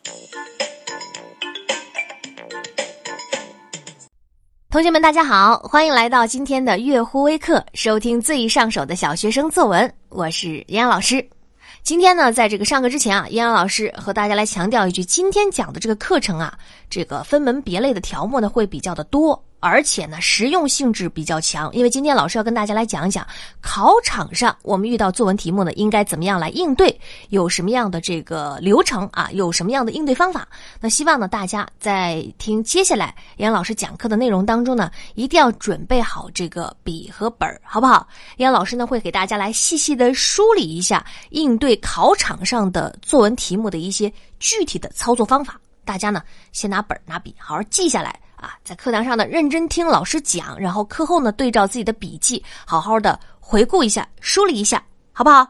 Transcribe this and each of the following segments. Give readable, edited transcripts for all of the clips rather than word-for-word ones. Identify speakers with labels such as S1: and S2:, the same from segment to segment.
S1: 同学们大家好，欢迎来到今天的乐乎微课，收听最上手的小学生作文，我是妍妍老师。今天呢，在这个上课之前啊，妍妍老师和大家来强调一句，今天讲的这个课程啊，这个分门别类的条目呢会比较的多，而且呢实用性质比较强，因为今天老师要跟大家来讲一讲考场上我们遇到作文题目呢应该怎么样来应对，有什么样的这个流程啊，有什么样的应对方法。那希望呢大家在听接下来妍妍老师讲课的内容当中呢，一定要准备好这个笔和本，好不好？妍妍老师呢会给大家来细细的梳理一下应对考场上的作文题目的一些具体的操作方法，大家呢先拿本拿笔好好记下来啊，在课堂上呢认真听老师讲，然后课后呢对照自己的笔记好好的回顾一下，梳理一下，好不好？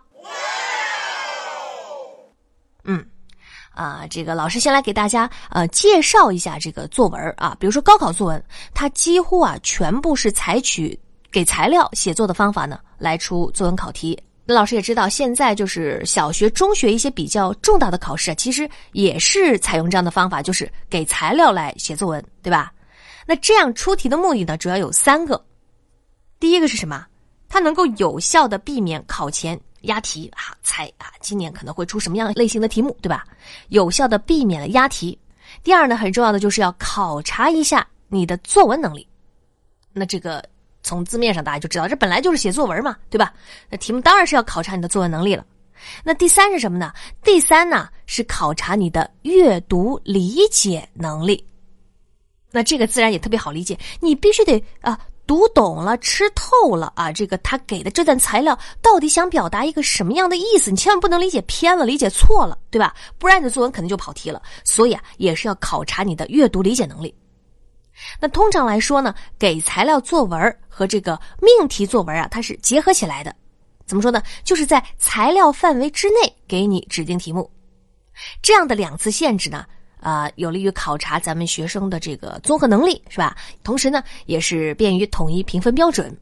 S1: 这个老师先来给大家介绍一下这个作文啊，比如说高考作文，它几乎全部是采取给材料写作的方法呢来出作文考题。那老师也知道，现在就是小学、中学一些比较重大的考试其实也是采用这样的方法，就是给材料来写作文，对吧？那这样出题的目的呢，主要有3个。第一个是什么？它能够有效的避免考前押题猜今年可能会出什么样类型的题目，对吧？有效的避免了押题。第二呢，很重要的就是要考察一下你的作文能力。那这个从字面上大家就知道，这本来就是写作文嘛，对吧？那题目当然是要考察你的作文能力了。那第3是什么呢？第3呢是考察你的阅读理解能力。那这个自然也特别好理解，你必须得读懂了，吃透了这个他给的这段材料到底想表达一个什么样的意思，你千万不能理解偏了，理解错了，对吧？不然你的作文肯定就跑题了。所以也是要考察你的阅读理解能力。那通常来说呢，给材料作文和这个命题作文它是结合起来的。怎么说呢？就是在材料范围之内给你指定题目。这样的2次限制呢有利于考察咱们学生的这个综合能力，是吧？同时呢，也是便于统一评分标准。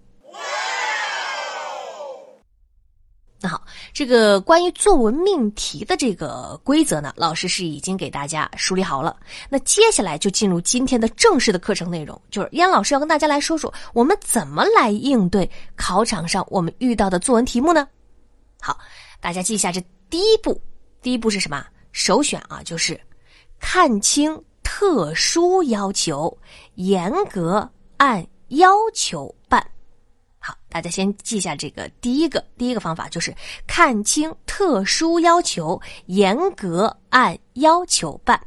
S1: 那好，这个关于作文命题的这个规则呢，老师是已经给大家梳理好了。那接下来就进入今天的正式的课程内容，就是燕老师要跟大家来说说我们怎么来应对考场上我们遇到的作文题目呢？好，大家记一下这第一步是什么？首选就是看清特殊要求，严格按要求办。好，大家先记下这个第一个方法，就是看清特殊要求，严格按要求办。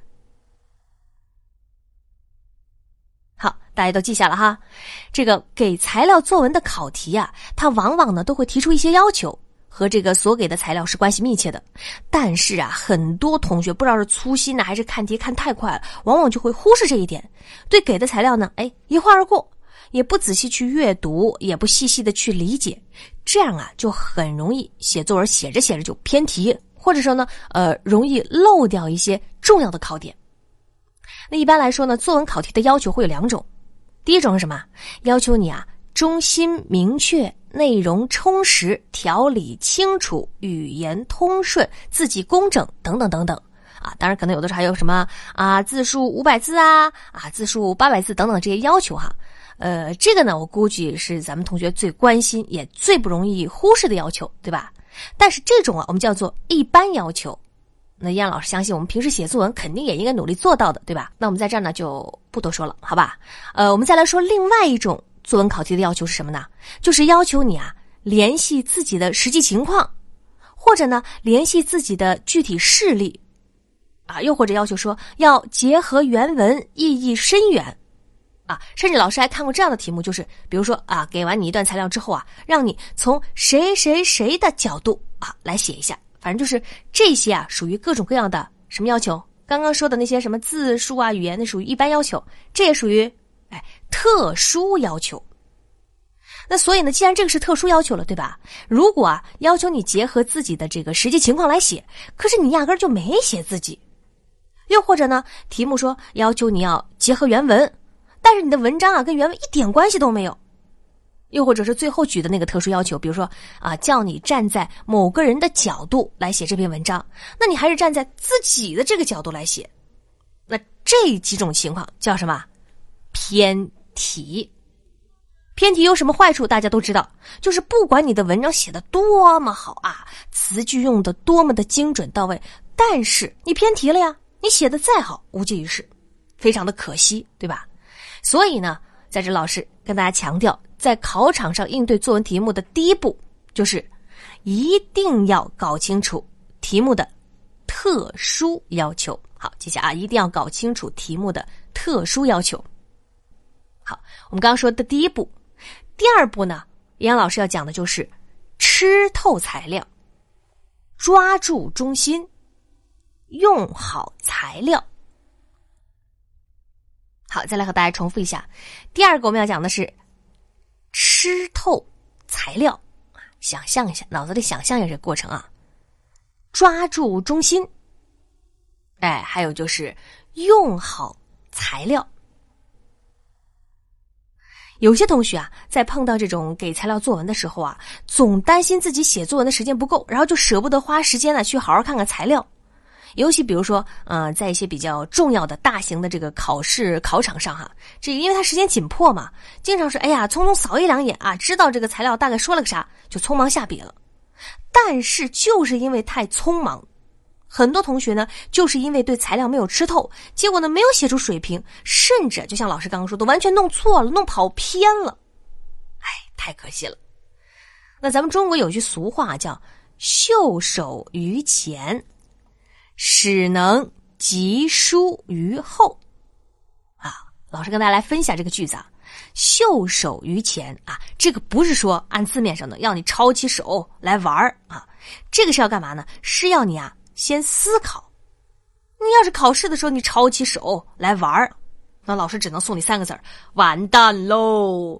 S1: 好，大家都记下了哈。这个给材料作文的考题它往往呢都会提出一些要求，和这个所给的材料是关系密切的。但是很多同学不知道是粗心呢还是看题看太快了，往往就会忽视这一点，对给的材料呢一划而过，也不仔细去阅读，也不细细的去理解，这样就很容易写作文写着写着就偏题，或者说呢容易漏掉一些重要的考点。那一般来说呢，作文考题的要求会有2种。第一种是什么？要求你中心明确，内容充实，条理清楚，语言通顺，字迹工整等等等等当然可能有的时候还有什么字数500字字数800字等等这些要求这个呢我估计是咱们同学最关心也最不容易忽视的要求，对吧？但是这种我们叫做一般要求。那燕老师相信我们平时写作文肯定也应该努力做到的，对吧？那我们在这儿呢就不多说了，好吧？我们再来说另外一种作文考题的要求是什么呢？就是要求你联系自己的实际情况，或者呢联系自己的具体事例又或者要求说要结合原文，意义深远甚至老师还看过这样的题目，就是比如说给完你一段材料之后让你从谁谁谁的角度来写一下。反正就是这些属于各种各样的什么要求？刚刚说的那些什么字数语言，那属于一般要求，这也属于特殊要求。那所以呢，既然这个是特殊要求了，对吧？如果要求你结合自己的这个实际情况来写，可是你压根儿就没写自己。又或者呢，题目说要求你要结合原文，但是你的文章跟原文一点关系都没有。又或者是最后举的那个特殊要求，比如说叫你站在某个人的角度来写这篇文章，那你还是站在自己的这个角度来写， 这几种情况叫什么？偏题。偏题有什么坏处？大家都知道，就是不管你的文章写得多么好啊，词句用得多么的精准到位，但是你偏题了呀，你写得再好，无济于事，非常的可惜，对吧？所以呢，在这老师跟大家强调，在考场上应对作文题目的第一步，就是一定要搞清楚题目的特殊要求。好，记下啊，一定要搞清楚题目的特殊要求。好，我们刚刚说的第一步。第二步呢，杨老师要讲的就是吃透材料，抓住中心，用好材料。好，再来和大家重复一下。第二个我们要讲的是吃透材料，想象一下，脑子里想象一下这个过程啊。抓住中心，还有就是用好材料。有些同学啊，在碰到这种给材料作文的时候啊，总担心自己写作文的时间不够，然后就舍不得花时间呢去好好看看材料。尤其比如说，在一些比较重要的大型的这个考试考场上哈，这因为它时间紧迫嘛，经常是匆匆扫一两眼啊，知道这个材料大概说了个啥，就匆忙下笔了。但是就是因为太匆忙，很多同学呢，就是因为对材料没有吃透，结果呢没有写出水平，甚至就像老师刚刚说的，完全弄错了，弄跑偏了。太可惜了。那咱们中国有句俗话叫袖手于前，使能及书于后。老师跟大家来分享这个句子啊，袖手于前啊，这个不是说按字面上的要你抄起手来玩啊，这个是要干嘛呢？是要你先思考。你要是考试的时候你抄起手来玩，那老师只能送你3个字儿：完蛋喽。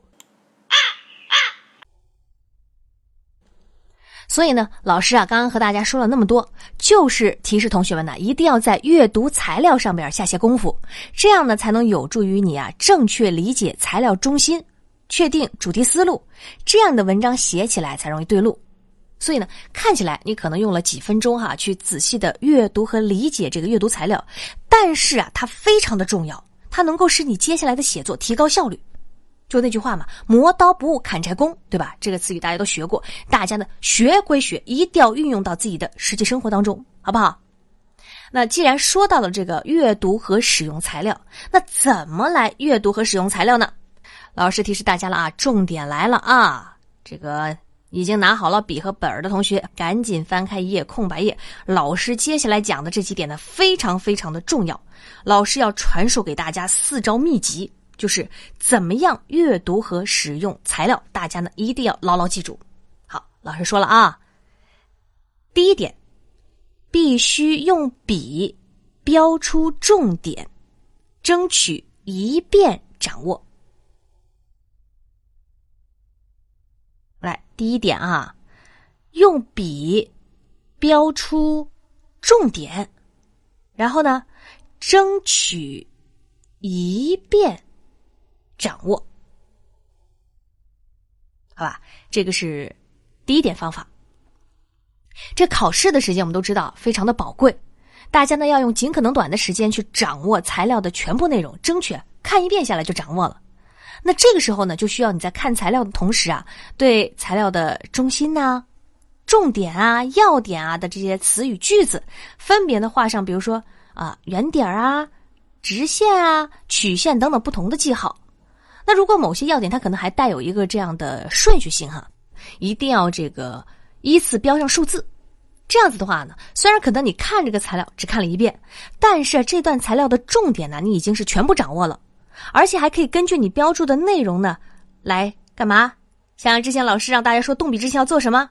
S1: 所以呢，老师刚刚和大家说了那么多，就是提示同学们呢，一定要在阅读材料上边下些功夫，这样呢才能有助于你正确理解材料中心，确定主题思路，这样的文章写起来才容易对路。所以呢，看起来你可能用了几分钟去仔细的阅读和理解这个阅读材料，但是它非常的重要，它能够使你接下来的写作提高效率。就那句话嘛，磨刀不误砍柴工，对吧？这个词语大家都学过，大家呢学归学，一定要运用到自己的实际生活当中，好不好？那既然说到了这个阅读和使用材料，那怎么来阅读和使用材料呢？老师提示大家了重点来了这个已经拿好了笔和本的同学，赶紧翻开一页空白页，老师接下来讲的这几点呢，非常非常的重要。老师要传授给大家4招秘籍，就是怎么样阅读和使用材料，大家呢一定要牢牢记住。好，老师说了第一点，必须用笔标出重点，争取一遍掌握。来，第一点用笔标出重点，然后呢，争取一遍掌握。好吧，这个是第一点方法。这考试的时间我们都知道非常的宝贵，大家呢要用尽可能短的时间去掌握材料的全部内容，争取看一遍下来就掌握了。那这个时候呢，就需要你在看材料的同时对材料的中心重点要点的这些词语句子，分别的画上比如说圆点直线曲线等等不同的记号。那如果某些要点它可能还带有一个这样的顺序性一定要这个依次标上数字。这样子的话呢，虽然可能你看这个材料只看了一遍，但是这段材料的重点你已经是全部掌握了，而且还可以根据你标注的内容呢来干嘛？像之前老师让大家说动笔之前要做什么？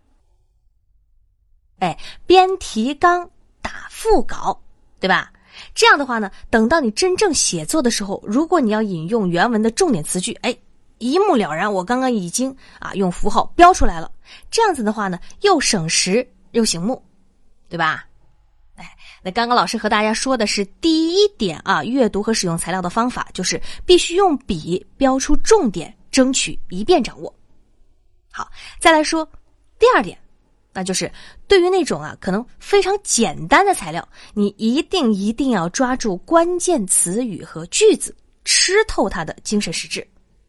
S1: 编提纲打腹稿，对吧？这样的话呢，等到你真正写作的时候，如果你要引用原文的重点词句，一目了然，我刚刚已经用符号标出来了。这样子的话呢，又省时又醒目，对吧？那刚刚老师和大家说的是第一点阅读和使用材料的方法，就是必须用笔标出重点，争取一遍掌握。好，再来说第二点， 那就是对于那种可能非常简单的材料，你一定要抓住关键词语和句子，吃透它的精神实质。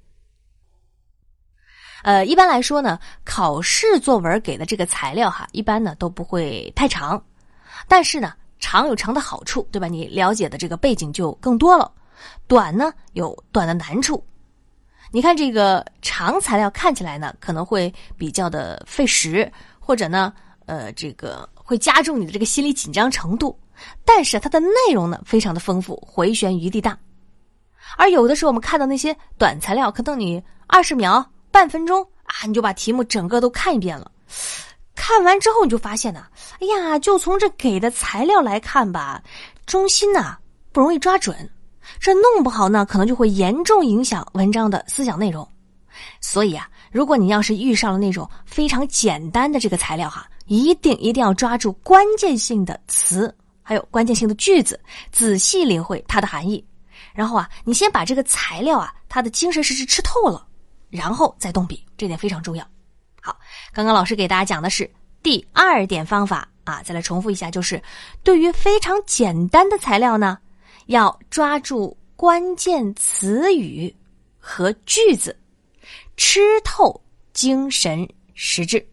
S1: 一般来说呢，考试作文给的这个材料一般呢都不会太长，但是呢长有长的好处，对吧？你了解的这个背景就更多了。短呢有短的难处。你看这个长材料看起来呢可能会比较的费时，或者呢这个会加重你的这个心理紧张程度，但是它的内容呢非常的丰富，回旋余地大。而有的时候我们看到那些短材料，可能你20秒半分钟你就把题目整个都看一遍了。看完之后你就发现呢，哎呀，就从这给的材料来看吧，中心不容易抓准，这弄不好呢可能就会严重影响文章的思想内容。所以如果你要是遇上了那种非常简单的这个材料一定要抓住关键性的词，还有关键性的句子，仔细领会它的含义。然后你先把这个材料它的精神实质吃透了，然后再动笔，这点非常重要。好，刚刚老师给大家讲的是第2点方法再来重复一下，就是对于非常简单的材料呢，要抓住关键词语和句子，吃透精神实质。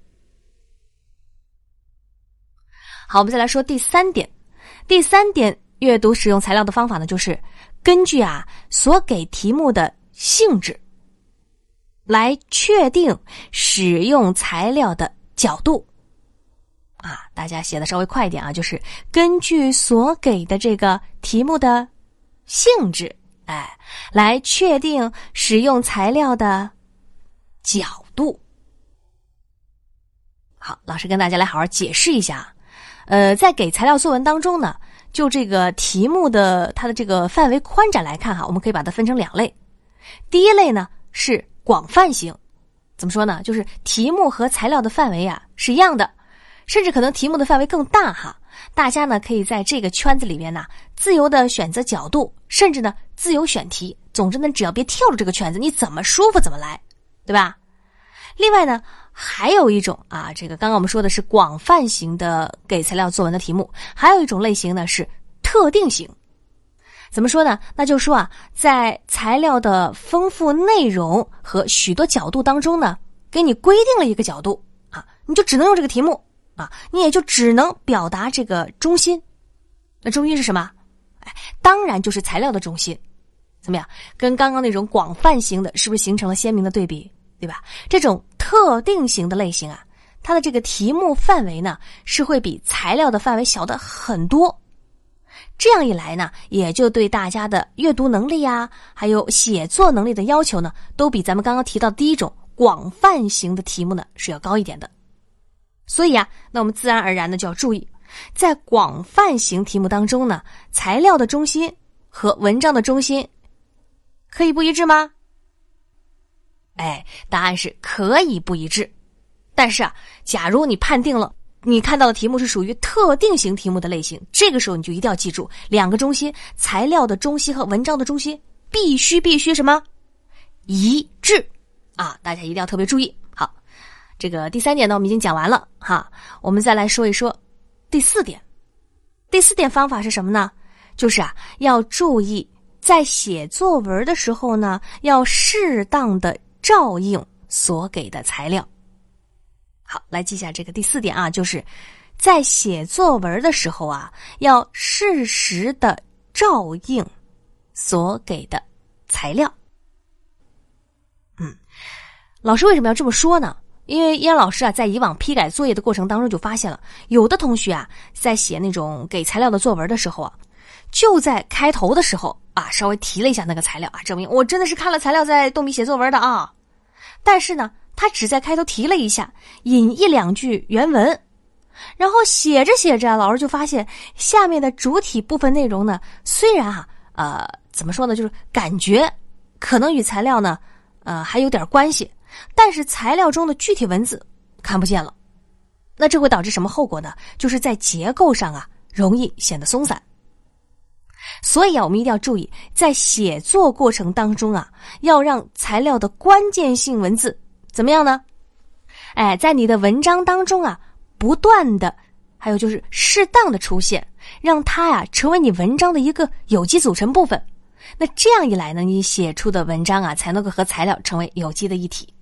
S1: 好，我们再来说第3点。第3点阅读使用材料的方法呢，就是根据所给题目的性质来确定使用材料的角度。大家写的稍微快一点就是根据所给的这个题目的性质来确定使用材料的角度。好，老师跟大家来好好解释一下。在给材料作文当中呢，就这个题目的它的这个范围宽窄来看我们可以把它分成2类。第一类呢是广泛型，怎么说呢？就是题目和材料的范围是一样的，甚至可能题目的范围更大大家呢可以在这个圈子里面自由的选择角度，甚至呢自由选题。总之呢，只要别跳入这个圈子，你怎么舒服怎么来，对吧？另外呢，还有一种这个刚刚我们说的是广泛型的给材料作文的题目，还有一种类型呢是特定型。怎么说呢？那就是说在材料的丰富内容和许多角度当中呢，给你规定了一个角度你就只能用这个题目你也就只能表达这个中心。那中心是什么？当然就是材料的中心。怎么样？跟刚刚那种广泛型的是不是形成了鲜明的对比，对吧？这种特定型的类型它的这个题目范围呢是会比材料的范围小的很多。这样一来呢，也就对大家的阅读能力还有写作能力的要求呢，都比咱们刚刚提到第一种广泛型的题目呢是要高一点的。所以那我们自然而然的就要注意，在广泛型题目当中呢，材料的中心和文章的中心可以不一致吗？答案是可以不一致。但是假如你判定了你看到的题目是属于特定型题目的类型，这个时候你就一定要记住2个中心，材料的中心和文章的中心必须什么？一致大家一定要特别注意。好，这个第3点呢我们已经讲完了我们再来说一说第4点。第4点方法是什么呢？就是要注意在写作文的时候呢，要适当的照应所给的材料。好，来记下这个第4点就是在写作文的时候要适时的照应所给的材料。老师为什么要这么说呢？因为依然老师在以往批改作业的过程当中就发现了，有的同学在写那种给材料的作文的时候就在开头的时候稍微提了一下那个材料证明我真的是看了材料在动笔写作文的但是呢他只在开头提了一下，引1-2句原文，然后写着写着老师就发现下面的主体部分内容呢，虽然怎么说呢，就是感觉可能与材料呢还有点关系，但是材料中的具体文字看不见了。那这会导致什么后果呢？就是在结构上容易显得松散。所以我们一定要注意，在写作过程当中要让材料的关键性文字怎么样呢？在你的文章当中不断的，还有就是适当的出现，让它呀成为你文章的一个有机组成部分。那这样一来呢，你写出的文章啊才能够和材料成为有机的一体。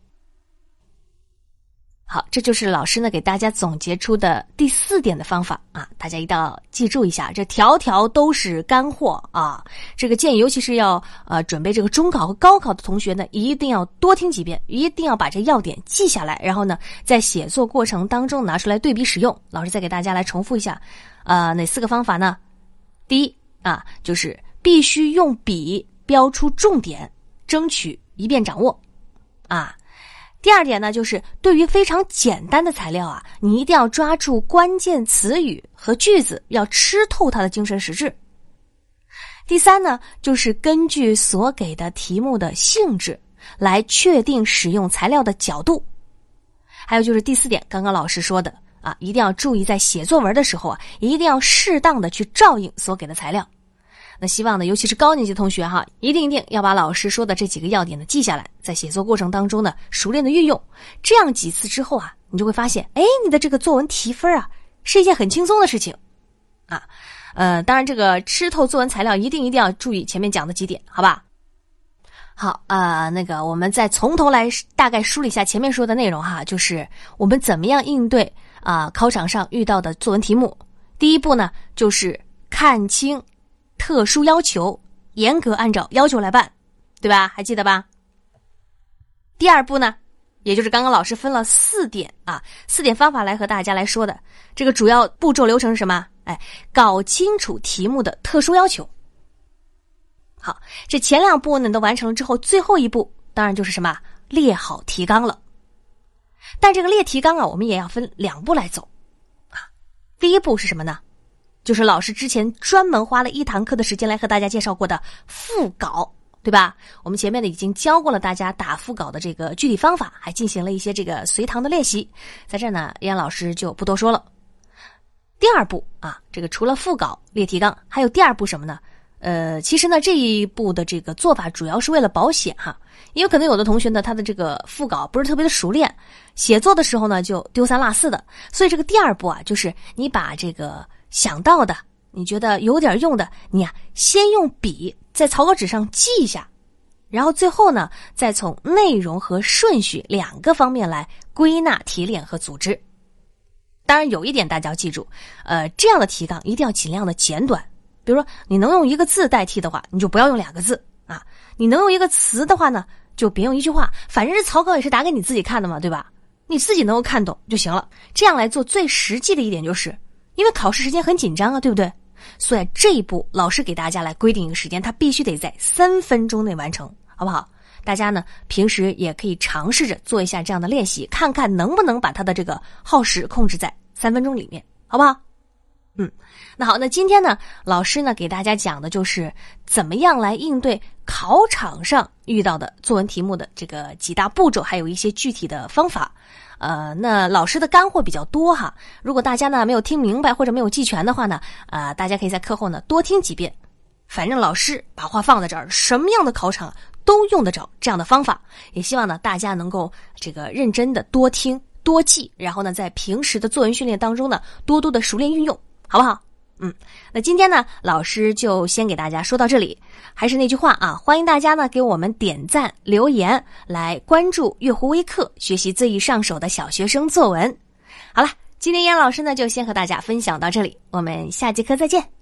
S1: 好，这就是老师呢给大家总结出的第4点的方法啊，大家一定要记住一下，这条条都是干货啊！这个建议，尤其是要准备这个中考和高考的同学呢，一定要多听几遍，一定要把这要点记下来，然后呢，在写作过程当中拿出来对比使用。老师再给大家来重复一下，哪4个方法呢？第一啊，就是必须用笔标出重点，争取一遍掌握啊。第2点呢，就是对于非常简单的材料啊，你一定要抓住关键词语和句子，要吃透它的精神实质。第3呢，就是根据所给的题目的性质来确定使用材料的角度。还有就是第4点，刚刚老师说的啊，一定要注意在写作文的时候啊，一定要适当的去照应所给的材料。那希望呢，尤其是高年级同学哈，一定要把老师说的这几个要点呢记下来，在写作过程当中呢熟练的运用，这样几次之后啊，你就会发现，你的这个作文提分啊是一件很轻松的事情啊。当然这个吃透作文材料一定要注意前面讲的几点，好吧？好那个我们再从头来大概梳理一下前面说的内容哈，就是我们怎么样应对考场上遇到的作文题目。第一步呢，就是看清特殊要求，严格按照要求来办，对吧？还记得吧？第2步呢，也就是刚刚老师分了4点4点方法来和大家来说的。这个主要步骤流程是什么？搞清楚题目的特殊要求。好，这前2步呢都完成了之后，最后一步当然就是什么？列好提纲了。但这个列提纲啊，我们也要分2步来走第一步是什么呢？就是老师之前专门花了1堂课的时间来和大家介绍过的复稿，对吧？我们前面呢已经教过了大家打复稿的这个具体方法，还进行了一些这个随堂的练习，在这呢依然老师就不多说了。第2步这个除了复稿列提纲，还有第2步什么呢？其实呢这一步的这个做法主要是为了保险哈，因为可能有的同学呢他的这个复稿不是特别的熟练，写作的时候呢就丢三落四的，所以这个第2步就是你把这个想到的你觉得有点用的，你先用笔在草稿纸上记一下，然后最后呢再从内容和顺序2个方面来归纳提炼和组织。当然有一点大家要记住，这样的提纲一定要尽量的简短，比如说你能用1个字代替的话，你就不要用2个字你能用1个词的话呢，就别用1句话，反正这草稿也是打给你自己看的嘛，对吧？你自己能够看懂就行了。这样来做最实际的一点就是，因为考试时间很紧张对不对？所以这一步老师给大家来规定一个时间，它必须得在3分钟内完成，好不好？大家呢平时也可以尝试着做一下这样的练习，看看能不能把它的这个耗时控制在3分钟里面，好不好？那好，那今天呢老师呢给大家讲的就是怎么样来应对考场上遇到的作文题目的这个几大步骤，还有一些具体的方法。那老师的干货比较多哈，如果大家呢没有听明白或者没有记全的话呢，大家可以在课后呢多听几遍，反正老师把话放在这儿，什么样的考场都用得着这样的方法。也希望呢大家能够这个认真的多听多记，然后呢在平时的作文训练当中呢多多的熟练运用，好不好？那今天呢老师就先给大家说到这里，还是那句话欢迎大家呢给我们点赞留言，来关注月湖微课，学习最易上手的小学生作文。好了，今天燕老师呢就先和大家分享到这里，我们下节课再见。